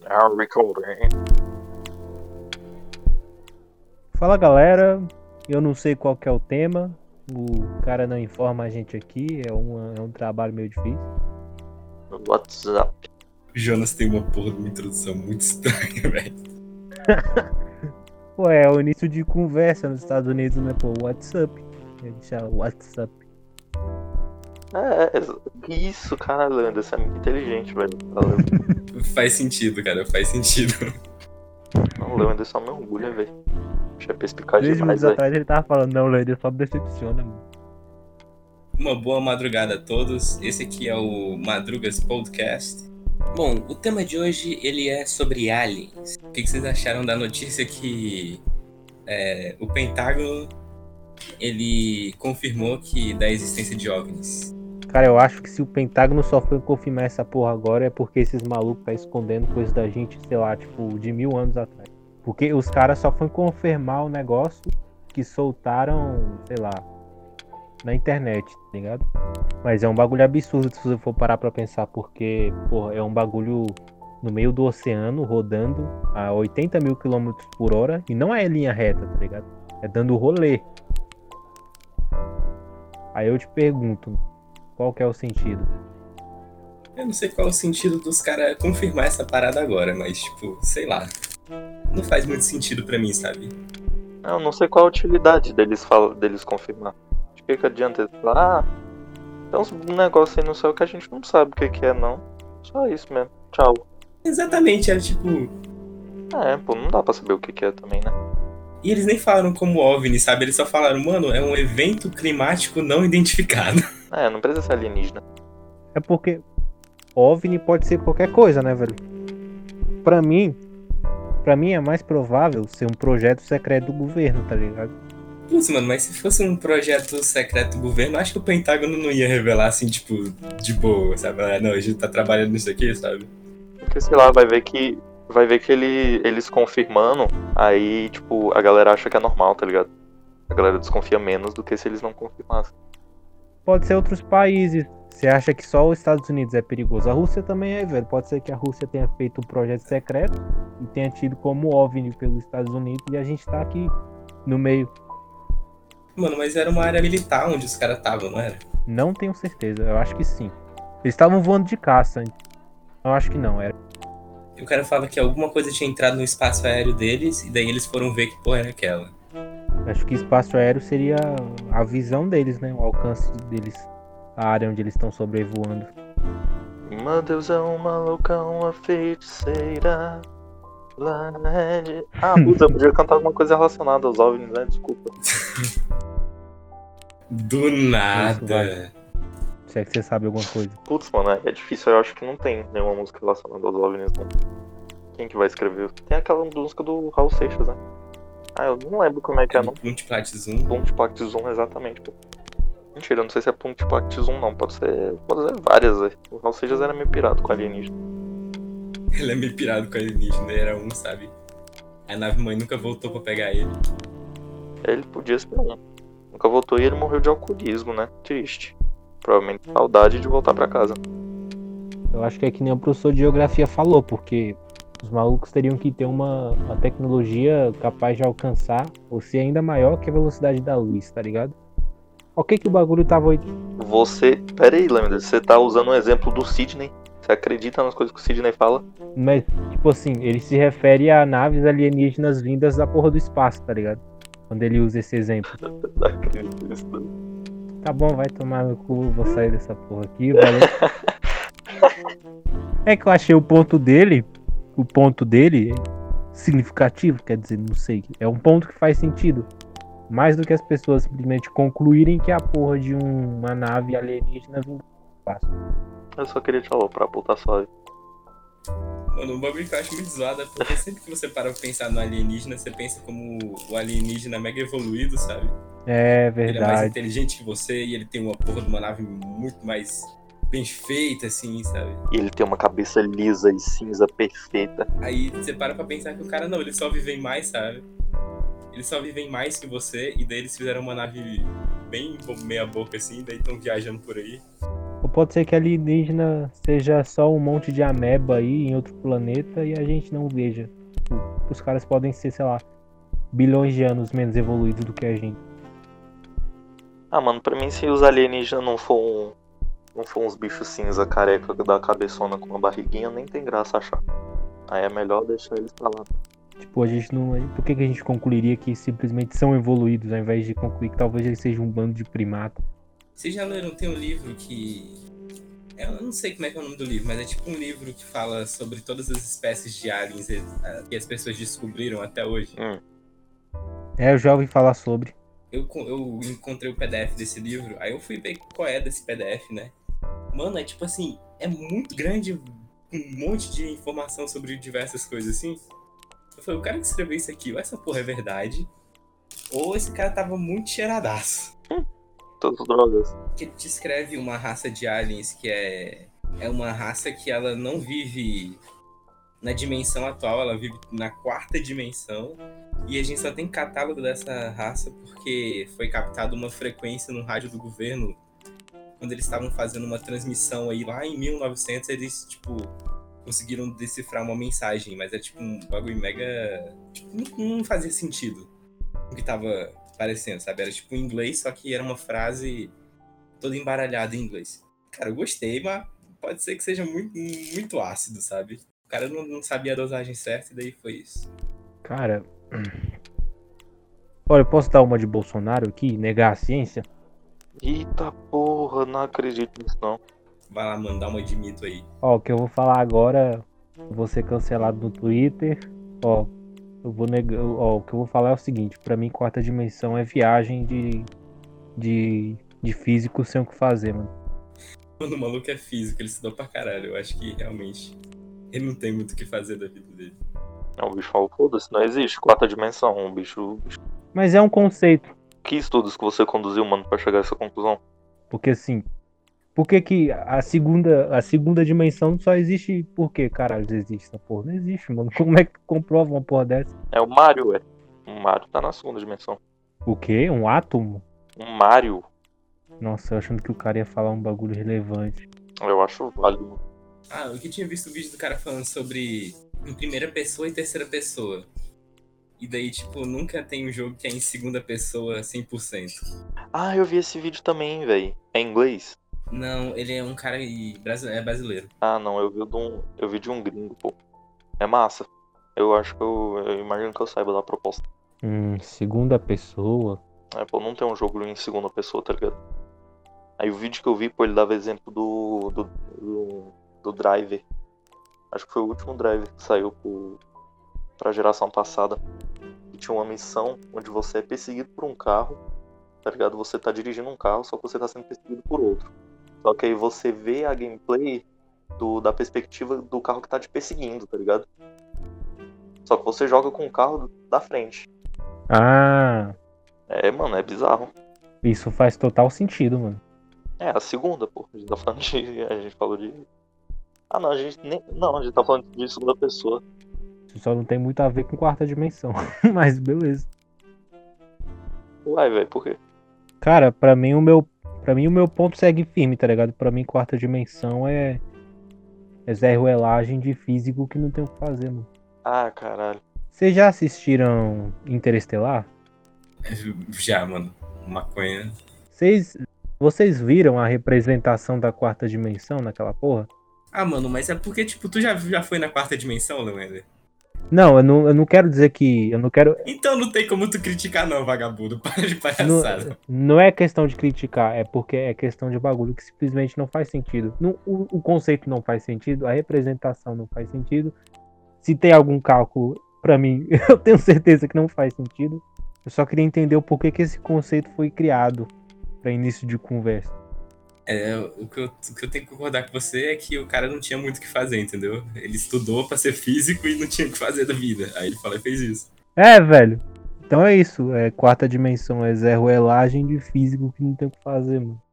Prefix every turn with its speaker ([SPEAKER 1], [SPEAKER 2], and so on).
[SPEAKER 1] Recording.
[SPEAKER 2] Fala galera, eu não sei qual que é o tema, o cara não informa a gente aqui, é um trabalho meio difícil.
[SPEAKER 1] WhatsApp.
[SPEAKER 3] O Jonas tem uma porra de uma introdução muito estranha, velho.
[SPEAKER 2] Pô, é o início de conversa nos Estados Unidos, né? Pô, WhatsApp. Ele chama WhatsApp.
[SPEAKER 1] Isso, caralho, Leandro, você é muito inteligente, velho.
[SPEAKER 3] Faz sentido, cara, faz sentido.
[SPEAKER 1] Não, Leandro, só me orgulha, velho. Deixa eu perspicaz
[SPEAKER 2] 3
[SPEAKER 1] demais,
[SPEAKER 2] minutos
[SPEAKER 1] velho.
[SPEAKER 2] atrás ele tava falando, não, Leandro, só me decepciona, mano.
[SPEAKER 3] Uma boa madrugada a todos. Esse aqui é o Madrugas Podcast. Bom, o tema de hoje ele é sobre aliens. O que vocês acharam da notícia que o Pentágono ele confirmou que da existência de OVNIs?
[SPEAKER 2] Cara, eu acho que se o Pentágono só foi confirmar essa porra agora é porque esses malucos tá escondendo coisa da gente, sei lá, tipo, de 1000 anos atrás. Porque os caras só foram confirmar o negócio que soltaram, sei lá, na internet, tá ligado? Mas é um bagulho absurdo se você for parar pra pensar, porque, porra, é um bagulho no meio do oceano, rodando a 80 mil km por hora, e não é linha reta, tá ligado? É dando rolê. Aí eu te pergunto, qual que é o sentido?
[SPEAKER 3] Eu não sei qual é o sentido dos caras confirmar essa parada agora, mas, tipo, sei lá. Não faz muito sentido pra mim, sabe?
[SPEAKER 1] Eu não sei qual a utilidade deles confirmar. De que adianta eles falar, tem uns negócios aí no céu que a gente não sabe o que é, não. Só isso mesmo. Tchau.
[SPEAKER 3] Exatamente, era tipo...
[SPEAKER 1] Pô, não dá pra saber o que é também, né?
[SPEAKER 3] E eles nem falaram como OVNI, sabe? Eles só falaram, mano, é um evento climático não identificado.
[SPEAKER 1] Não precisa ser alienígena.
[SPEAKER 2] É porque OVNI pode ser qualquer coisa, né, velho? Pra mim é mais provável ser um projeto secreto do governo, tá ligado?
[SPEAKER 3] Putz, mano, mas se fosse um projeto secreto do governo, acho que o Pentágono não ia revelar assim, tipo, de boa, sabe? Não, a gente tá trabalhando nisso aqui, sabe?
[SPEAKER 1] Porque, sei lá, vai ver que eles confirmando, aí, tipo, a galera acha que é normal, tá ligado? A galera desconfia menos do que se eles não confirmassem.
[SPEAKER 2] Pode ser outros países. Você acha que só os Estados Unidos é perigoso? A Rússia também é, velho. Pode ser que a Rússia tenha feito um projeto secreto e tenha tido como OVNI pelos Estados Unidos e a gente tá aqui no meio.
[SPEAKER 3] Mano, mas era uma área militar onde os caras estavam, não era?
[SPEAKER 2] Não tenho certeza, eu acho que sim. Eles estavam voando de caça. Eu acho que não, era.
[SPEAKER 3] E o cara fala que alguma coisa tinha entrado no espaço aéreo deles, e daí eles foram ver que porra era aquela.
[SPEAKER 2] Acho que espaço aéreo seria a visão deles, né? O alcance deles, a área onde eles estão sobrevoando.
[SPEAKER 1] Meu Deus, é uma louca, uma feiticeira. Puta, eu podia cantar alguma coisa relacionada aos OVNIs, né? Desculpa.
[SPEAKER 3] Do nada.
[SPEAKER 2] Se é que você sabe alguma coisa.
[SPEAKER 1] Putz, mano, é difícil. Eu acho que não tem nenhuma música relacionada aos OVNIs, não. Quem que vai escrever? Tem aquela música do Raul Seixas, né? Eu não lembro como é que é, não.
[SPEAKER 3] Puntiplact Zoom.
[SPEAKER 1] Puntiplact Zoom, exatamente, pô. Mentira, eu não sei se é Puntiplact Zoom, não. Pode ser várias, velho. O Raul Seixas era meio pirado com alienígena.
[SPEAKER 3] Ele é meio pirado com alienígena, era um, sabe? A nave-mãe nunca voltou pra pegar ele.
[SPEAKER 1] Ele podia ser um. Nunca voltou e ele morreu de alcoolismo, né? Triste. Provavelmente saudade de voltar pra casa.
[SPEAKER 2] Eu acho que é que nem o professor de geografia falou, porque os malucos teriam que ter uma tecnologia capaz de alcançar ou ser ainda maior que a velocidade da luz, tá ligado? O que o bagulho tava...
[SPEAKER 1] Pera aí, Lembra, você tá usando um exemplo do Sidney? Você acredita nas coisas que o Sidney fala?
[SPEAKER 2] Mas, tipo assim, ele se refere a naves alienígenas vindas da porra do espaço, tá ligado? Quando ele usa esse exemplo.
[SPEAKER 1] Não acredito nisso, não.
[SPEAKER 2] Tá bom, vai tomar no cu, vou sair dessa porra aqui, valeu. É que eu achei o ponto dele significativo, quer dizer, não sei. É um ponto que faz sentido. Mais do que as pessoas simplesmente concluírem que é a porra de uma nave alienígena vindo do espaço.
[SPEAKER 1] Eu só queria te falar pra puta suave.
[SPEAKER 3] Mano, um bagulho que eu acho muito zoado é porque sempre que você para pra pensar no alienígena, você pensa como o alienígena mega evoluído, sabe?
[SPEAKER 2] É
[SPEAKER 3] Ele é mais
[SPEAKER 2] verdade.
[SPEAKER 3] inteligente que você e ele tem uma porra de uma nave muito mais bem feita, assim, sabe?
[SPEAKER 1] E ele tem uma cabeça lisa e cinza perfeita.
[SPEAKER 3] Aí você para pra pensar que o cara não, ele só vive em mais, sabe? Eles só vivem mais que você, e daí eles fizeram uma nave bem meia boca assim, daí estão viajando por aí.
[SPEAKER 2] pode ser que alienígena seja só um monte de ameba aí em outro planeta e a gente não veja. Os caras podem ser, sei lá, bilhões de anos menos evoluídos do que a gente.
[SPEAKER 1] Ah, mano, pra mim se os alienígenas não for uns bichos cinza careca da cabeçona com uma barriguinha, nem tem graça achar. Aí é melhor deixar eles pra lá.
[SPEAKER 2] Tipo, a gente não. Por que a gente concluiria que simplesmente são evoluídos, ao invés de concluir que talvez eles sejam um bando de primata?
[SPEAKER 3] Vocês já leram? Tem um livro que... Eu não sei como é que é o nome do livro, mas é tipo um livro que fala sobre todas as espécies de aliens que as pessoas descobriram até hoje.
[SPEAKER 2] Eu já ouvi falar sobre.
[SPEAKER 3] Eu encontrei o PDF desse livro, aí eu fui ver qual é desse PDF, né? Mano, é tipo assim, é muito grande, um monte de informação sobre diversas coisas assim. Eu falei, o cara que escreveu isso aqui, ou essa porra é verdade, ou esse cara tava muito cheiradaço.
[SPEAKER 1] Todas drogas.
[SPEAKER 3] Que ele descreve uma raça de aliens que é uma raça que ela não vive na dimensão atual, ela vive na 4ª dimensão. E a gente só tem catálogo dessa raça porque foi captada uma frequência no rádio do governo quando eles estavam fazendo uma transmissão aí lá em 1900, eles, tipo, conseguiram decifrar uma mensagem, mas é tipo um bagulho mega... Tipo, não fazia sentido o que tava parecendo, sabe? Era tipo em inglês, só que era uma frase toda embaralhada em inglês. Cara, eu gostei, mas pode ser que seja muito, muito ácido, sabe? O cara não sabia a dosagem certa e daí foi isso.
[SPEAKER 2] Cara. Olha, eu posso dar uma de Bolsonaro aqui, negar a ciência?
[SPEAKER 1] Eita porra, não acredito nisso não.
[SPEAKER 3] Vai lá, mano, dá uma de mito aí.
[SPEAKER 2] Ó, o que eu vou falar agora, eu vou ser cancelado no Twitter. Ó, eu vou negar. Ó, o que eu vou falar é o seguinte: pra mim, 4ª dimensão é viagem de físico sem o que fazer, mano.
[SPEAKER 3] Mano, o maluco é físico, ele estudou pra caralho. Eu acho que realmente ele não tem muito o que fazer da vida dele.
[SPEAKER 1] O bicho falou, foda-se, não existe 4ª dimensão. Um bicho.
[SPEAKER 2] Mas é um conceito.
[SPEAKER 1] Que estudos que você conduziu, mano, pra chegar a essa conclusão?
[SPEAKER 2] Porque assim, por que a segunda dimensão só existe? Por que caralho existe essa porra? Não existe, mano. Como é que tu comprova uma porra dessa?
[SPEAKER 1] É o Mario, ué. O Mario tá na 2ª dimensão.
[SPEAKER 2] O quê? Um átomo?
[SPEAKER 1] Um Mario,
[SPEAKER 2] Nossa, eu achando que o cara ia falar um bagulho relevante.
[SPEAKER 1] eu acho válido.
[SPEAKER 3] Ah, eu que tinha visto o vídeo do cara falando sobre em primeira pessoa e terceira pessoa. E daí, tipo, nunca tem um jogo que é em segunda pessoa 100%.
[SPEAKER 1] Ah, eu vi esse vídeo também, velho. É em inglês?
[SPEAKER 3] Não, ele é um cara é brasileiro.
[SPEAKER 1] Ah, não, eu vi de um gringo, pô. É massa. Eu acho que eu imagino que eu saiba da proposta.
[SPEAKER 2] Segunda pessoa.
[SPEAKER 1] É, pô, não tem um jogo em segunda pessoa, tá ligado? Aí o vídeo que eu vi, pô, ele dava exemplo do Driver. Acho que foi o último Driver que saiu pra geração passada. E tinha uma missão onde você é perseguido por um carro, tá ligado? Você tá dirigindo um carro, só que você tá sendo perseguido por outro. Só que aí você vê a gameplay da perspectiva do carro que tá te perseguindo, tá ligado? Só que você joga com o carro da frente.
[SPEAKER 2] Ah,
[SPEAKER 1] É, mano, é bizarro.
[SPEAKER 2] isso faz total sentido, mano.
[SPEAKER 1] É, a segunda, pô. A gente tá falando de... A gente falou de... Ah, não, a gente nem... Não, a gente tá falando de segunda pessoa.
[SPEAKER 2] Isso só não tem muito a ver com 4ª dimensão. Mas beleza.
[SPEAKER 1] Uai, velho, por quê?
[SPEAKER 2] Cara, pra mim o meu ponto segue firme, tá ligado? Pra mim 4ª dimensão é Zé Ruelagem de físico que não tem o que fazer, mano.
[SPEAKER 1] Ah, caralho.
[SPEAKER 2] Vocês já assistiram Interestelar?
[SPEAKER 3] Já, mano. Maconha.
[SPEAKER 2] Vocês viram a representação da 4ª dimensão naquela porra?
[SPEAKER 3] Ah, mano, mas é porque, tipo, tu já foi na 4ª dimensão, Leander?
[SPEAKER 2] Não, eu não quero dizer que... Eu não quero...
[SPEAKER 3] Então não tem como tu criticar não, vagabundo. Para de palhaçada.
[SPEAKER 2] Não é questão de criticar, é porque é questão de bagulho que simplesmente não faz sentido. O conceito não faz sentido, a representação não faz sentido. Se tem algum cálculo, pra mim, eu tenho certeza que não faz sentido. Eu só queria entender o porquê que esse conceito foi criado pra início de conversa.
[SPEAKER 3] O que eu tenho que concordar com você é que o cara não tinha muito o que fazer, entendeu? Ele estudou pra ser físico e não tinha o que fazer da vida. Aí ele falou e fez isso.
[SPEAKER 2] É, velho. Então é isso. 4ª dimensão é Zé Ruelagem de físico que não tem o que fazer, mano.